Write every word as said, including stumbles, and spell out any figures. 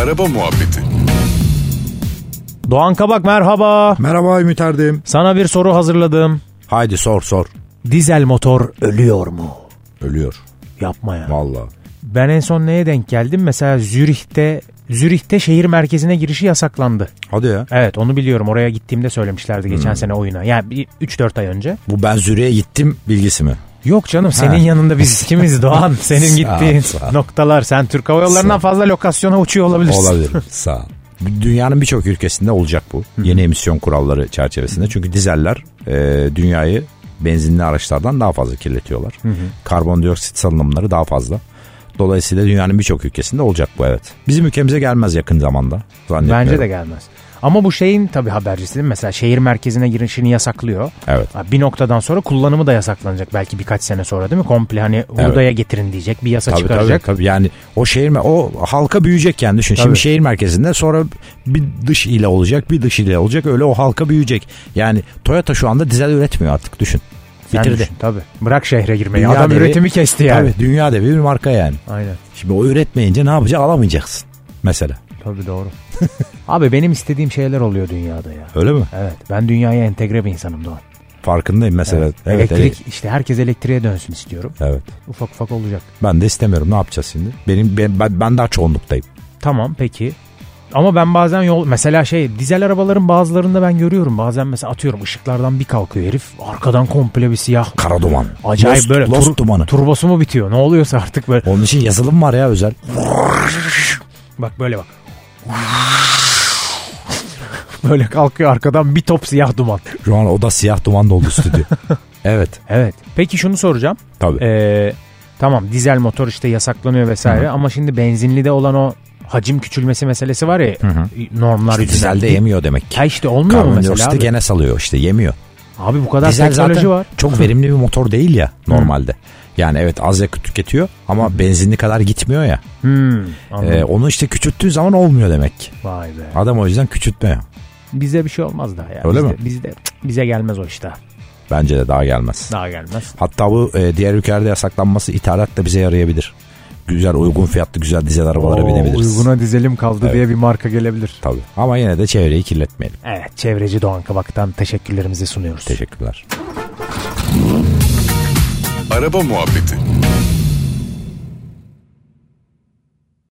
Araba Muhabbeti. Doğan Kabak merhaba. Merhaba Ümit Erdem. Sana bir soru hazırladım. Haydi sor sor. Dizel motor ölüyor mu? Ölüyor. Yapma ya. Vallahi. Ben en son neye denk geldim? Mesela Zürih'te Zürih'te şehir merkezine girişi yasaklandı. Hadi ya. Evet, onu biliyorum. Oraya gittiğimde söylemişlerdi geçen hmm. sene oyuna. Yani üç dört ay önce. Bu ben Zürih'e gittim bilgisi mi? Yok canım, senin ha. yanında biz kimiz Doğan? Senin gittiğin noktalar. Sen Türk Hava Yolları'ndan fazla lokasyona uçuyor olabilirsin. Olabilir. Sağ ol. Dünyanın birçok ülkesinde olacak bu. Hı-hı. Yeni emisyon kuralları çerçevesinde. Hı-hı. Çünkü dizeller e, dünyayı benzinli araçlardan daha fazla kirletiyorlar. Hı-hı. Karbondioksit salınımları daha fazla. Dolayısıyla dünyanın birçok ülkesinde olacak bu, evet. Bizim ülkemize gelmez yakın zamanda. Bence de gelmez. Ama bu şeyin tabii habercisi değil mi? Mesela şehir merkezine girişini yasaklıyor. Evet. Bir noktadan sonra kullanımı da yasaklanacak belki birkaç sene sonra, değil mi? Komple hani hurdaya evet. getirin diyecek, bir yasa tabii, çıkaracak. Tabii tabii, yani o şehir o halka büyüyecek yani, düşün. Tabii. Şimdi şehir merkezinde, sonra bir dış ile olacak, bir dış ile olacak, öyle o halka büyüyecek. Yani Toyota şu anda dizel üretmiyor artık, düşün. Sen bitirdi. Düşün, tabii. Bırak şehre girmeyi. Dünya Adam devi, üretimi kesti yani. Tabii, dünya devi bir marka yani. Aynen. Şimdi o üretmeyince ne yapacaksın? Alamayacaksın mesela. Tabii, doğru. Abi benim istediğim şeyler oluyor dünyada ya. Öyle mi? Evet. Ben dünyaya entegre bir insanım Doğan. Farkındayım mesela. Evet. Evet, Elektrik evet. işte, herkes elektriğe dönsün istiyorum. Evet. Ufak ufak olacak. Ben de istemiyorum. Ne yapacağız şimdi? Benim ben, ben, ben daha çoğunluktayım. Tamam peki. Ama ben bazen yol mesela şey dizel arabaların bazılarında ben görüyorum. Bazen mesela atıyorum ışıklardan bir kalkıyor herif. Arkadan komple bir siyah. Kara duman. Acayip Lost, böyle. Lost tur, dumanı. Turbosu mu bitiyor? Ne oluyorsa artık böyle. Onun için yazılım var ya, özel. Bak böyle bak. Böyle kalkıyor arkadan bir top siyah duman. Şu an o da siyah duman doldu stüdyo. Evet. Evet. Peki şunu soracağım. Tabii. Ee, tamam, dizel motor işte yasaklanıyor vesaire. Hı-hı. Ama şimdi benzinli de olan o hacim küçülmesi meselesi var ya, Hı-hı. normlar işte yüzünden. Dizelde yemiyor demek ki. Ha işte olmuyor mu mesela abi? gene salıyor işte, yemiyor. Abi bu kadar dizel teknoloji var. Çok verimli bir motor değil ya normalde. Hı. Yani evet, az yakıt tüketiyor ama Hı. benzinli kadar gitmiyor ya. Hmm, ee, onu işte küçülttüğün zaman olmuyor demek ki. Vay be. Adam o yüzden küçültmüyor. Bize bir şey olmaz daha ya. Öyle bizde, mi? Bizde, bize gelmez o işte. Bence de daha gelmez. Daha gelmez. Hatta bu e, diğer ülkelerde yasaklanması ithalat da bize yarayabilir. Güzel, uygun fiyatlı güzel dizel arabalara Oo, binebiliriz. Uyguna dizelim kaldı evet. diye bir marka gelebilir. Tabii. Ama yine de çevreyi kirletmeyelim. Evet, çevreci Doğan Kabak'tan teşekkürlerimizi sunuyoruz. Teşekkürler. Araba Muhabbeti.